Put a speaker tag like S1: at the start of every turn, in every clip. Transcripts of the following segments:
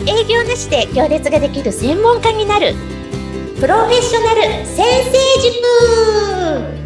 S1: 営業なしで行列ができる専門家になるプロフェッショナル先生塾。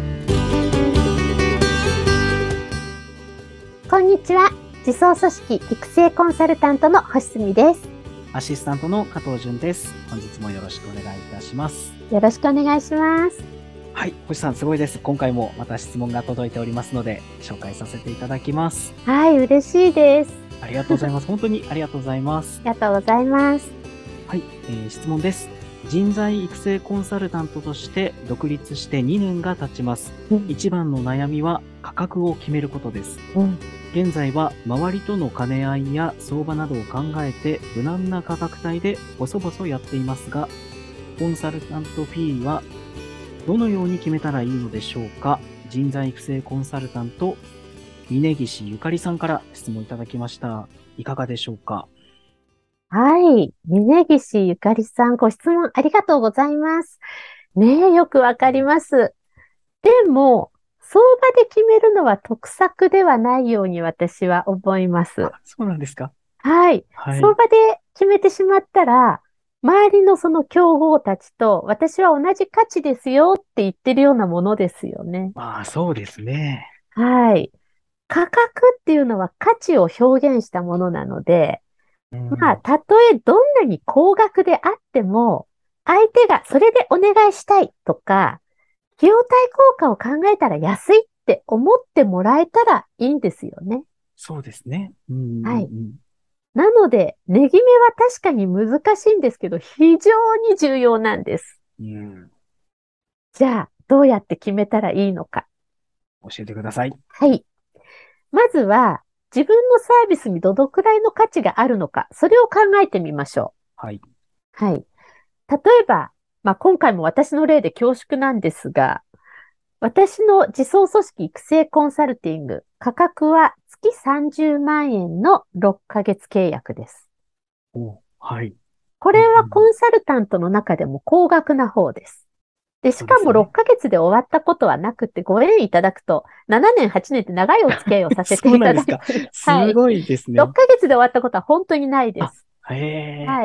S1: こんにちは。自走組織育成コンサルタントの星澄です。
S2: アシスタントの加藤純です。本日もよろしくお願いいたします。
S1: よろしくお願いします。
S2: はい、星さんすごいです。今回もまた質問が届いておりますので紹介させていただきます。
S1: はい、嬉しいです。
S2: ありがとうございます。本当にありがとうございます。
S1: ありがとうございます。
S2: はい、質問です。人材育成コンサルタントとして独立して2年が経ちます。一番の悩みは価格を決めることです。現在は周りとの兼ね合いや相場などを考えて無難な価格帯で細々やっていますが、コンサルタントフィーはどのように決めたらいいのでしょうか。人材育成コンサルタント峯岸ゆかりさんから質問いただきました。いかがでしょうか。
S1: はい。峯岸ゆかりさん、ご質問ありがとうございます。ねえ、よくわかります。でも、相場で決めるのは得策ではないように私は思います。
S2: そうなんですか。
S1: はい。相場で決めてしまったら、周りのその競合たちと私は同じ価値ですよって言ってるようなものですよね。
S2: そうですね。
S1: はい。価格っていうのは価値を表現したものなので、たとえどんなに高額であっても、相手がそれでお願いしたいとか、費用対効果を考えたら安いって思ってもらえたらいいんですよね。
S2: そうですね。
S1: はい。なので、値決めは確かに難しいんですけど、非常に重要なんです。じゃあ、どうやって決めたらいいのか。
S2: 教えてください。
S1: はい。まずは、自分のサービスにどのくらいの価値があるのか、それを考えてみましょ
S2: う。はい。
S1: はい。例えば、今回も私の例で恐縮なんですが、私の自走組織育成コンサルティング、価格は月30万円の6ヶ月契約です。
S2: はい。
S1: これはコンサルタントの中でも高額な方です。で、しかも6ヶ月で終わったことはなくて、ご縁いただくと、7年、8年って長いお付き合いをさせていただいてる。
S2: すごいですね。
S1: 6ヶ月で終わったことは本当にないです。はい。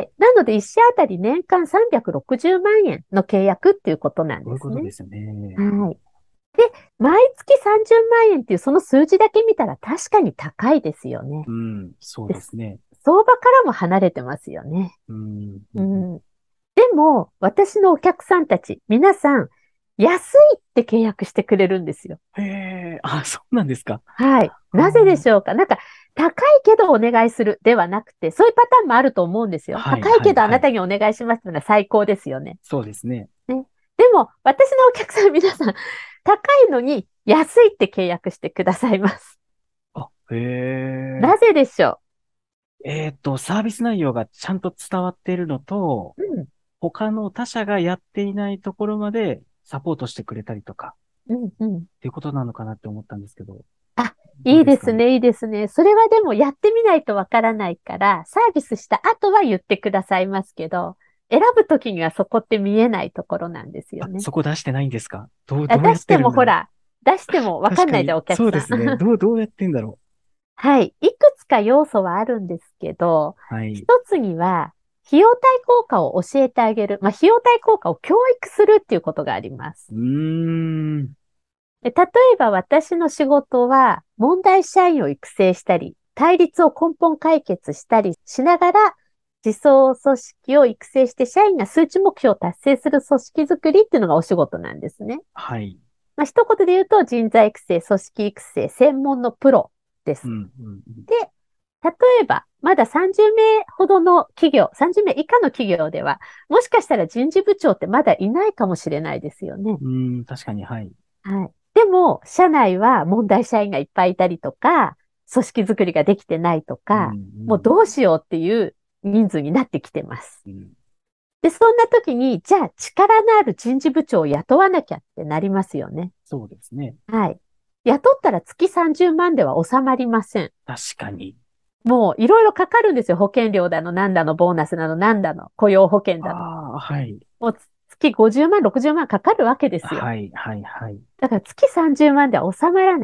S1: なので、1社あたり年間360万円の契約っていうことなんですね。
S2: そういうことですね。
S1: はい。で、毎月30万円っていうその数字だけ見たら確かに高いですよね。
S2: そうですね。
S1: 相場からも離れてますよね。でも、私のお客さんたち、皆さん、安いって契約してくれるんですよ。
S2: そうなんですか。
S1: はい。なぜでしょうか。高いけどお願いするではなくて、そういうパターンもあると思うんですよ。高いけどあなたにお願いしますというのは最高ですよね。
S2: そうですね。
S1: でも、私のお客さん皆さん、高いのに安いって契約してくださいます。なぜでしょ
S2: う。サービス内容がちゃんと伝わっているのと、他の他社がやっていないところまでサポートしてくれたりとか、っていうことなのかなって思ったんですけど。
S1: いいですね、いいですね。それはでもやってみないとわからないから、サービスした後は言ってくださいますけど、選ぶときにはそこって見えないところなんですよね。
S2: そこ出してないんですか。どうやって
S1: 出してもほら、出してもわかんないでお客さん。
S2: そうですね。どうやってんだろう。
S1: はい。いくつか要素はあるんですけど、一つには、費用対効果を教えてあげる。費用対効果を教育するっていうことがあります。例えば私の仕事は、問題社員を育成したり、対立を根本解決したりしながら、自走組織を育成して社員が数値目標を達成する組織づくりっていうのがお仕事なんですね。
S2: はい。
S1: 一言で言うと、人材育成、組織育成、専門のプロです。で、例えば、まだ30名ほどの企業、30名以下の企業では、もしかしたら人事部長ってまだいないかもしれないですよね。
S2: 確かに、はい。
S1: はい。でも、社内は問題社員がいっぱいいたりとか、組織づくりができてないとか、もうどうしようっていう人数になってきてます。で、そんな時に、じゃあ力のある人事部長を雇わなきゃってなりますよね。
S2: そうですね。
S1: はい。雇ったら月30万では収まりません。
S2: 確かに。
S1: もういろいろかかるんですよ。保険料だの、なんだの、ボーナスなの、なんだの、雇用保険だの。
S2: はい。
S1: もう月50万、60万かかるわけですよ。
S2: はい。
S1: だから月30万では収まらない。そ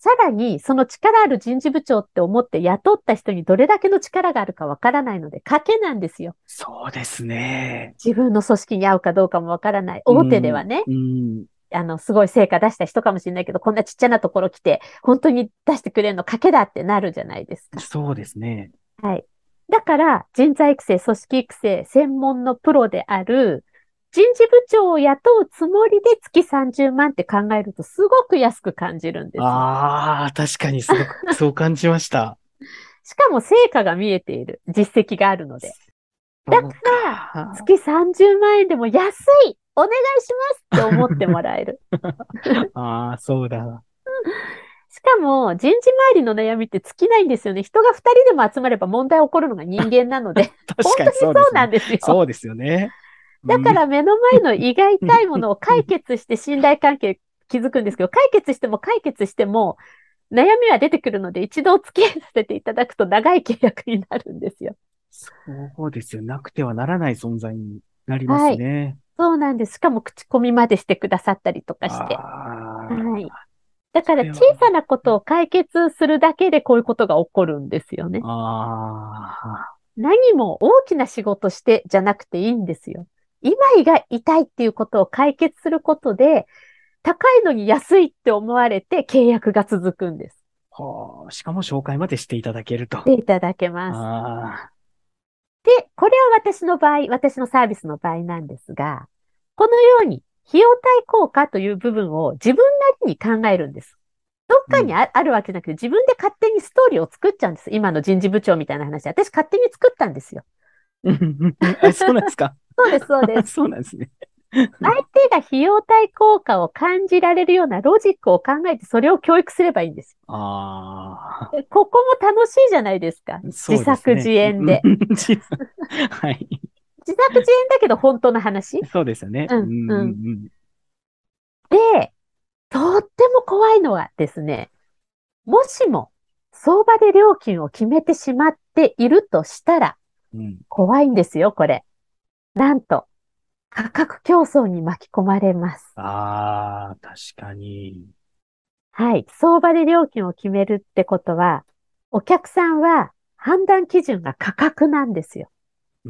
S1: さらにその力ある人事部長って思って雇った人にどれだけの力があるかわからないので、賭けなんですよ。
S2: そうですね。
S1: 自分の組織に合うかどうかもわからない。大手ではね。すごい成果出した人かもしれないけど、こんなちっちゃなところ来て、本当に出してくれるの賭けだってなるじゃないですか。
S2: そうですね。
S1: はい。だから、人材育成、組織育成、専門のプロである、人事部長を雇うつもりで月30万って考えると、すごく安く感じるんですよ。
S2: ああ、確かにすごくそう感じました。
S1: しかも成果が見えている。実績があるので。だ
S2: そう
S1: から、
S2: か。
S1: 月30万円でも安いお願いしますって思ってもらえる。
S2: ああ、そうだ。
S1: しかも、人事周りの悩みって尽きないんですよね。人が2人でも集まれば問題起こるのが人間なので、本
S2: 確かに
S1: 当にそう
S2: そうですね。
S1: なんですよ。
S2: そうですよね。
S1: だから目の前の胃が痛いものを解決して信頼関係築くんですけど、解決しても悩みは出てくるので、一度お付き合いさせていただくと長い契約になるんですよ。
S2: そうですよ。なくてはならない存在になりま
S1: はい。
S2: すね。
S1: そうなんです。しかも口コミまでしてくださったりとかして。はい。
S2: ああ、
S1: だから小
S2: それは。
S1: さなことを解決するだけでこういうことが起こるんですよね。
S2: ああ、
S1: 何も大きな仕事してじゃなくていいんですよ。今胃が痛いっていうことを解決することで、高いのに安いって思われて契約が続くんです。
S2: はあ、しかも紹介までしていただけると。
S1: でいただけます。
S2: ああ、
S1: で、これは私の場合、私のサービスの場合なんですが、このように費用対効果という部分を自分なりに考えるんです。どっかに
S2: うん。
S1: あるわけじゃなくて、自分で勝手にストーリーを作っちゃうんです。今の人事部長みたいな話。私勝手に作ったんですよ。
S2: あ、そうなんですか。
S1: そうです、そうです。
S2: そうなんですね。
S1: 相手が費用対効果を感じられるようなロジックを考えて、それを教育すればいいんです
S2: あ
S1: よ。ここも楽しいじゃないですか。
S2: あ、そうです
S1: 自作自
S2: ね。
S1: 演で。
S2: はい。
S1: 自作自演だけど本当の話。
S2: そうですよね。
S1: うん、うん。で、とっても怖いのはですね、もしも相場で料金を決めてしまっているとしたら、
S2: うん。
S1: 怖いんですよ、これ。なんと、価格競争に巻き込まれます。
S2: ああ、確かに。
S1: はい。相場で料金を決めるってことは、お客さんは判断基準が価格なんですよ。
S2: うん。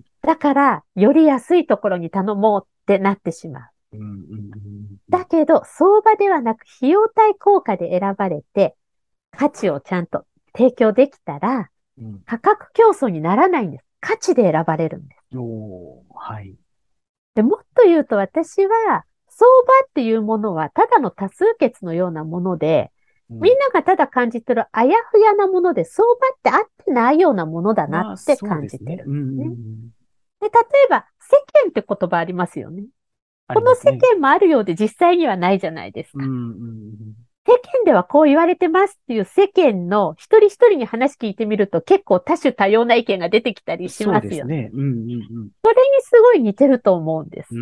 S1: だから、より安いところに頼もうってなってしまう。
S2: うん。うん。うん。
S1: だけど、相場ではなく費用対効果で選ばれて、価値をちゃんと提供できたら、
S2: うん。
S1: 価格競争にならないんです。価値で選ばれるんです。
S2: おー、はい。
S1: で、もっと言うと私は、相場っていうものはただの多数決のようなもので、
S2: うん。
S1: みんながただ感じてるあやふやなもので、相場って合ってないようなものだなっ
S2: まあ、
S1: て
S2: そう
S1: 感じて
S2: ですね。うん。
S1: るんですね。
S2: うん。
S1: で、例えば、世間って言葉ありますよね。
S2: あ
S1: この世
S2: りますね。
S1: 間もあるようで実際にはないじゃないですか。
S2: うん。うん。
S1: 世間ではこう言われてますっていう世間の一人一人に話聞いてみると結構多種多様な意見が出てきたりし
S2: そう
S1: ますよね。
S2: ですね。うん。うん。
S1: それにすごい似てると思うんです。
S2: うん。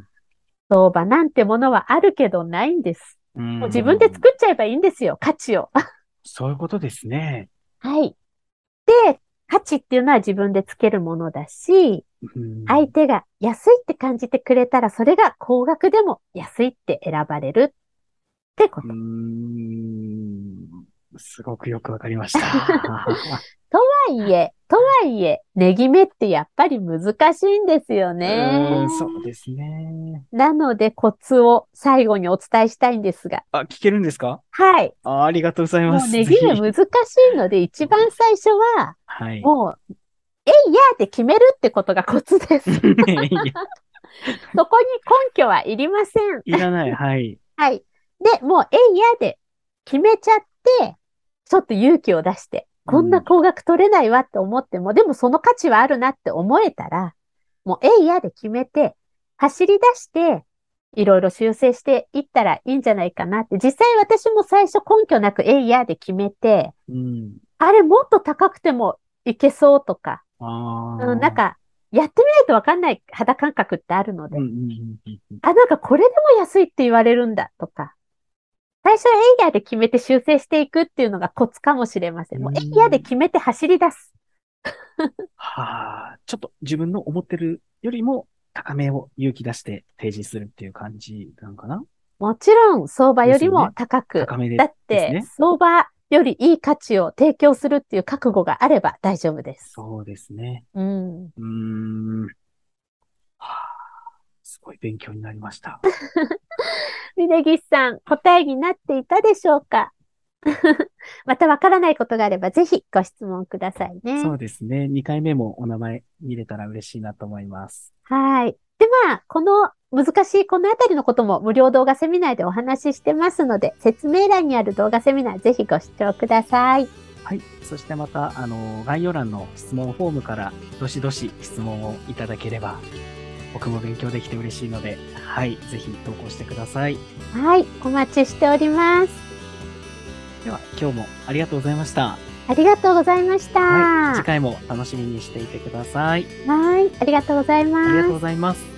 S1: 相場なんてものはあるけどないんです。
S2: う
S1: もう自分で
S2: ん。
S1: 作っちゃえばいいんですよ、価値を。
S2: そういうことですね。
S1: はい。で、価値っていうのは自分でつけるものだし、
S2: うん。
S1: 相手が安いって感じてくれたら、それが高額でも安いって選ばれるってこ
S2: うー
S1: と。
S2: ん。すごくよくわかりました。
S1: とはいえ、値決めってやっぱり難しいんですよね。
S2: そうですね。
S1: なのでコツを最後にお伝えしたいんですが。
S2: あ、聞けるんですか？
S1: はい。
S2: ありがとうございます。
S1: もう値
S2: ぜひ。
S1: 決め難しいので、一番最初は、
S2: はい。
S1: もう、えいやーって決めるってことがコツです。
S2: いや、
S1: そこに根拠はいりません。
S2: いらない。はい。
S1: はい。で、もう、えいやで決めちゃって、ちょっと勇気を出して、こんな
S2: うん。
S1: 高額取れないわって思っても、でもその価値はあるなって思えたら、もう、えいやで決めて、走り出して、いろいろ修正していったらいいんじゃないかなって。実際私も最初根拠なくえいやで決めて、
S2: うん。
S1: あれもっと高くてもいけそうとか、
S2: あ
S1: なん
S2: あ。
S1: か、やってみないとわかんない肌感覚ってあるの
S2: うん。う
S1: で、
S2: ん。うん。
S1: あ、なんかこれでも安いって言われるんだとか、最初はエイヤーで決めて修正していくっていうのがコツかもしれませ
S2: う
S1: ん。もうエイヤーで
S2: ん。
S1: 決めて走り出す。
S2: はあ。ちょっと自分の思ってるよりも高めを勇気出して提示するっていう感じなのかな？
S1: もちろん相場よりも高く。
S2: 高めで
S1: だって、相場よりいい価値を提供するっていう覚悟があれば大丈夫です。
S2: そうですね。
S1: うん。
S2: すごい勉強になりました。
S1: 峯岸さん、答えになっていたでしょうか？またわからないことがあれば、ぜひご質問くださいね。
S2: そうですね。2回目もお名前見れたら嬉しいなと思います。
S1: はい。で、この難しいこのあたりのことも無料動画セミナーでお話ししてますので、説明欄にある動画セミナーぜひご視聴ください。
S2: はい。そしてまた、概要欄の質問フォームからどしどし質問をいただければ、僕も勉強できて嬉しいので、はい。ぜひ投稿してください。
S1: はい。お待ちしております。
S2: では、今日もありがとうございました。
S1: ありがとうございました。
S2: はい。次回も楽しみにしていてください。
S1: はい。ありがとうございます。
S2: ありがとうございます。